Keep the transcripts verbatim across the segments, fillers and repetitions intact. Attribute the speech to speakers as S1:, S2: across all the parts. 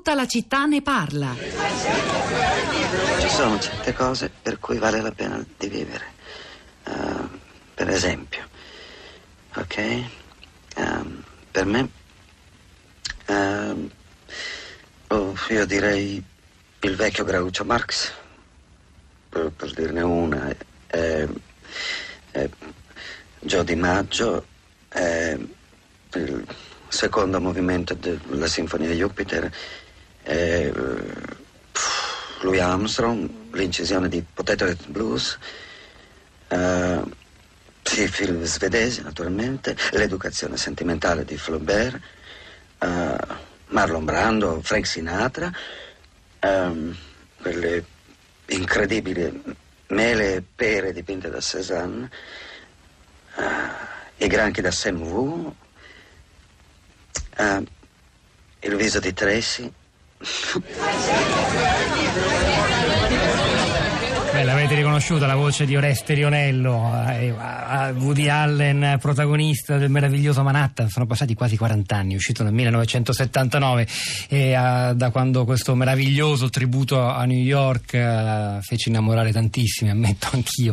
S1: Tutta la città ne parla.
S2: Ci sono certe cose per cui vale la pena di vivere. Uh, per esempio, ok? Um, per me, uh, oh, io direi il vecchio Groucho Marx, per, per dirne una. Eh, eh, Gio Di Maggio, eh, il secondo movimento della Sinfonia Jupiter, eh, Louis Armstrong, l'incisione di Potato Head Blues, eh, sì, film svedesi naturalmente, l'educazione sentimentale di Flaubert, eh, Marlon Brando, Frank Sinatra, eh, quelle incredibili mele e pere dipinte da Cézanne, eh, i granchi da Sam Wu, eh, il viso di Tracy.
S3: Beh, l'avete riconosciuta la voce di Oreste Rionello, eh, Woody Allen, protagonista del meraviglioso Manhattan. Sono passati quasi quaranta anni, è uscito nel millenovecentosettantanove, e eh, da quando questo meraviglioso tributo a New York eh, fece innamorare tantissimi, ammetto anch'io.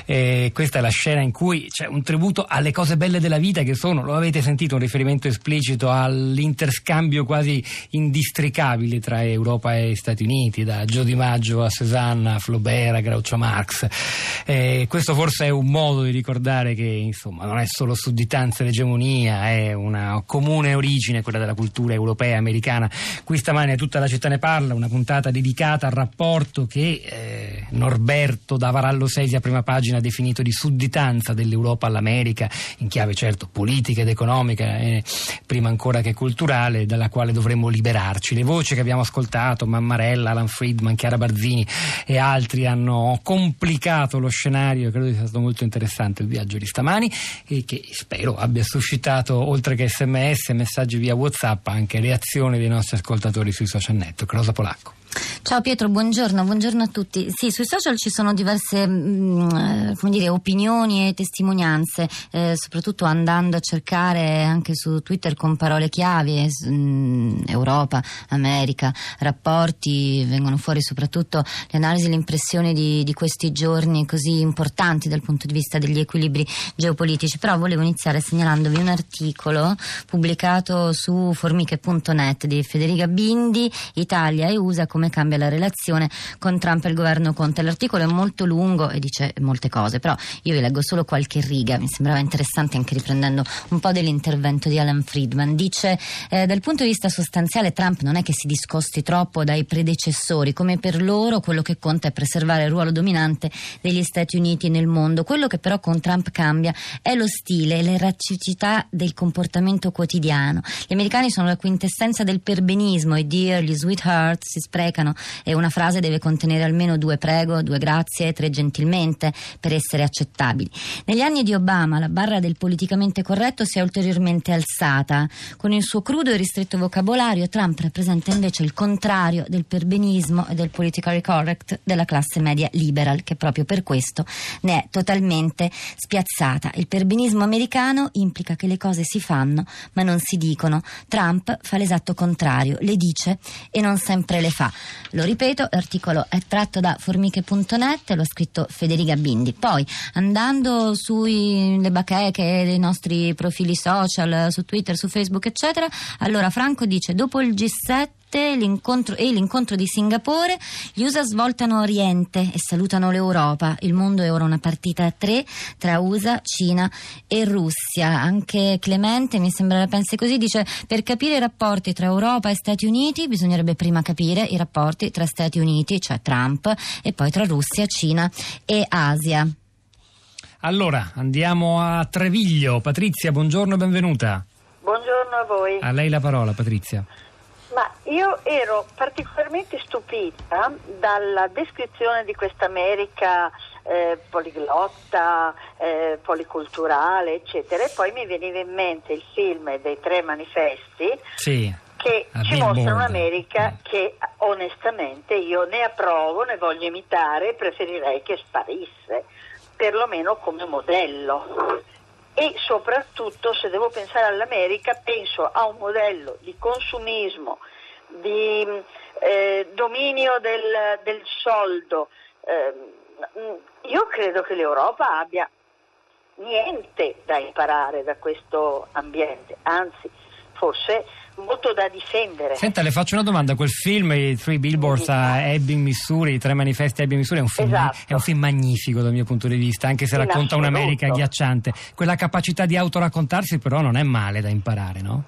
S3: E questa è la scena in cui c'è un tributo alle cose belle della vita, che sono, lo avete sentito, un riferimento esplicito all'interscambio quasi indistricabile tra Europa e Stati Uniti, da Gio Di Maggio a Cézanne, a Flaubert, a Groucho Marx. Eh, questo forse è un modo di ricordare che insomma non è solo sudditanza ed egemonia, è una comune origine, quella della cultura europea, americana. Qui stamane Tutta la città ne parla, una puntata dedicata al rapporto che eh, Norberto da Varallo Sesi a prima pagina ha definito di sudditanza dell'Europa all'America, in chiave certo politica ed economica, eh, prima ancora che culturale, dalla quale dovremmo liberarci. Le voci che abbiamo ascoltato, Mammarella, Alan Friedman, Chiara Barzini e altri, hanno complicato lo scenario. Credo sia stato molto interessante il viaggio di stamani, e che spero abbia suscitato, oltre che sms e messaggi via WhatsApp, anche reazioni dei nostri ascoltatori sui social network. Rosa Polacco.
S4: Ciao Pietro, buongiorno, buongiorno a tutti. Sì, sui social ci sono diverse mh, come dire, opinioni e testimonianze, eh, soprattutto andando a cercare anche su Twitter con parole chiave, mh, Europa, America, rapporti, vengono fuori soprattutto le analisi e le impressioni di, di questi giorni così importanti dal punto di vista degli equilibri geopolitici. Però volevo iniziare segnalandovi un articolo pubblicato su formiche punto net di Federica Bindi, Italia e U S A, come cambia la relazione con Trump e il governo Conte. L'articolo è molto lungo e dice molte cose, però io vi leggo solo qualche riga, mi sembrava interessante anche riprendendo un po' dell'intervento di Alan Friedman. Dice eh, dal punto di vista sostanziale Trump non è che si discosti troppo dai predecessori, come per loro quello che conta è preservare il ruolo dominante degli Stati Uniti nel mondo. Quello che però con Trump cambia è lo stile, l'erraticità del comportamento quotidiano. Gli americani sono la quintessenza del perbenismo, i dear, gli sweetheart si sprecano, e una frase deve contenere almeno due prego, due grazie, tre gentilmente per essere accettabili. Negli anni di Obama la barra del politicamente corretto si è ulteriormente alzata. Con il suo crudo e ristretto vocabolario Trump rappresenta invece il contrario del perbenismo e del politically correct della classe media liberal, che proprio per questo ne è totalmente spiazzata. Il perbenismo americano implica che le cose si fanno ma non si dicono. Trump fa l'esatto contrario, le dice e non sempre le fa. Lo ripeto, l'articolo è tratto da formiche punto net, lo ha scritto Federica Bindi. Poi, andando sulle bacheche dei nostri profili social, su Twitter, su Facebook, eccetera, allora Franco dice: dopo il G sette l'incontro e l'incontro di Singapore, gli U S A svoltano Oriente e salutano l'Europa. Il mondo è ora una partita a tre tra U S A, Cina e Russia. Anche Clemente, mi sembra la pensi così, dice: per capire i rapporti tra Europa e Stati Uniti bisognerebbe prima capire i rapporti tra Stati Uniti, cioè Trump, e poi tra Russia, Cina e Asia.
S3: Allora andiamo a Treviglio. Patrizia, buongiorno e benvenuta.
S5: Buongiorno a voi.
S3: A lei la parola, Patrizia.
S5: Ma io ero particolarmente stupita dalla descrizione di questa America eh, poliglotta, eh, policulturale, eccetera, e poi mi veniva in mente il film dei tre manifesti, sì, che ci mostra un'America che onestamente io ne approvo, ne voglio imitare, preferirei che sparisse, perlomeno come modello. E soprattutto, se devo pensare all'America, penso a un modello di consumismo di eh, dominio del, del soldo. Eh, io credo che l'Europa abbia niente da imparare da questo ambiente, anzi forse molto da difendere.
S3: Senta, le faccio una domanda: quel film, i Three Billboards a Ebbing, Missouri, i tre manifesti a Ebbing, Missouri, è un film,
S5: esatto.
S3: è un film magnifico dal mio punto di vista, anche se
S5: In
S3: racconta
S5: assoluto.
S3: un'America agghiacciante. Quella capacità di autoraccontarsi però non è male da imparare, no?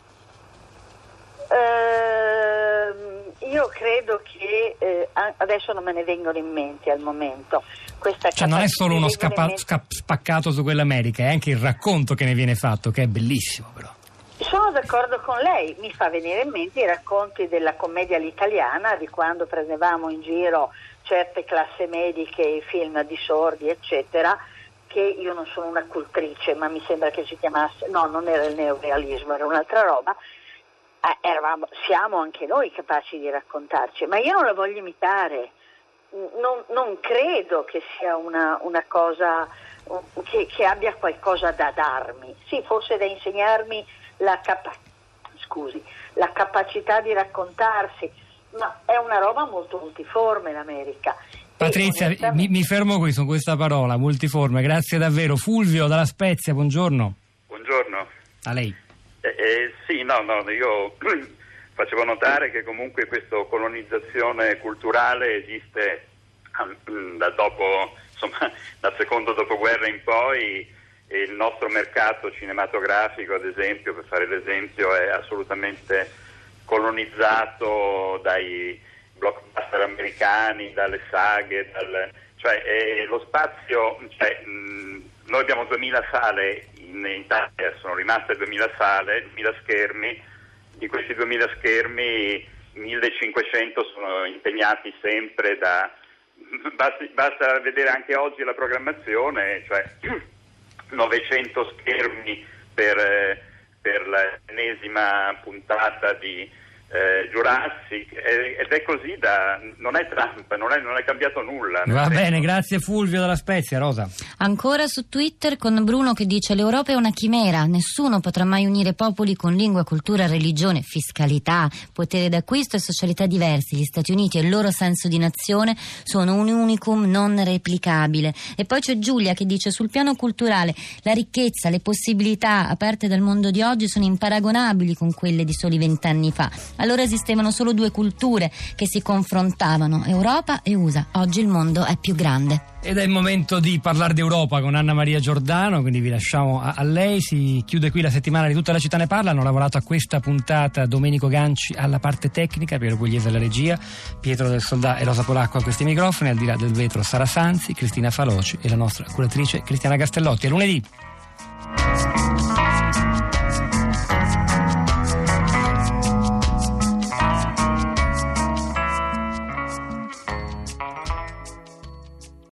S5: Uh, io credo che eh, adesso non me ne vengono in mente al momento. Questa
S3: cioè non è solo uno scappa,
S5: mente...
S3: sca- spaccato su quell'America, è anche il racconto che ne viene fatto, che è bellissimo però.
S5: Sono d'accordo con lei, mi fa venire in mente i racconti della commedia all'italiana, di quando prendevamo in giro certe classi mediche, i film di sordi eccetera, che io non sono una cultrice, ma mi sembra che si chiamasse, no, non era il neorealismo, era un'altra roba. Eh, eravamo, siamo anche noi capaci di raccontarci, ma io non la voglio imitare, non, non credo che sia una, una cosa che, che abbia qualcosa da darmi, sì, forse da insegnarmi la, capa- scusi, la capacità di raccontarsi, ma è una roba molto multiforme l'America.
S3: Patrizia, mi, mi fermo qui su questa parola, multiforme, grazie davvero. Fulvio dalla Spezia, buongiorno.
S1: Buongiorno.
S3: A lei.
S1: Eh, eh, sì, no, no, io facevo notare che comunque questa colonizzazione culturale esiste da dopo, insomma, dal secondo dopoguerra in poi, e il nostro mercato cinematografico, ad esempio, per fare l'esempio, è assolutamente colonizzato dai blockbuster americani, dalle saghe, dal, cioè eh, lo spazio, cioè, mh, noi abbiamo duemila sale in Italia, sono rimaste duemila sale, duemila schermi, di questi duemila schermi millecinquecento sono impegnati sempre da, basta, basta vedere anche oggi la programmazione, cioè novecento schermi per, per l'ennesima puntata di Eh, Jurassic, eh, ed è così da, non è Trump, non è, non è cambiato nulla.
S3: Va
S1: senso.
S3: bene, grazie Fulvio dalla Spezia. Rosa.
S4: Ancora su Twitter con Bruno che dice: l'Europa è una chimera, nessuno potrà mai unire popoli con lingua, cultura, religione, fiscalità, potere d'acquisto e socialità diversi. Gli Stati Uniti e il loro senso di nazione sono un unicum non replicabile. E poi c'è Giulia che dice: sul piano culturale la ricchezza, le possibilità aperte dal mondo di oggi sono imparagonabili con quelle di soli vent'anni fa. Allora esistevano solo due culture che si confrontavano, Europa e U S A. Oggi il mondo è più grande.
S3: Ed è il momento di parlare d'Europa con Anna Maria Giordano, quindi vi lasciamo a, a lei. Si chiude qui la settimana di Tutta la città ne parla. Hanno lavorato a questa puntata Domenico Ganci alla parte tecnica, Piero Pugliese alla regia, Pietro del Soldà e Rosa Polacco a questi microfoni, al di là del vetro Sara Sanzi, Cristina Faloci e la nostra curatrice Cristiana Castellotti. A lunedì.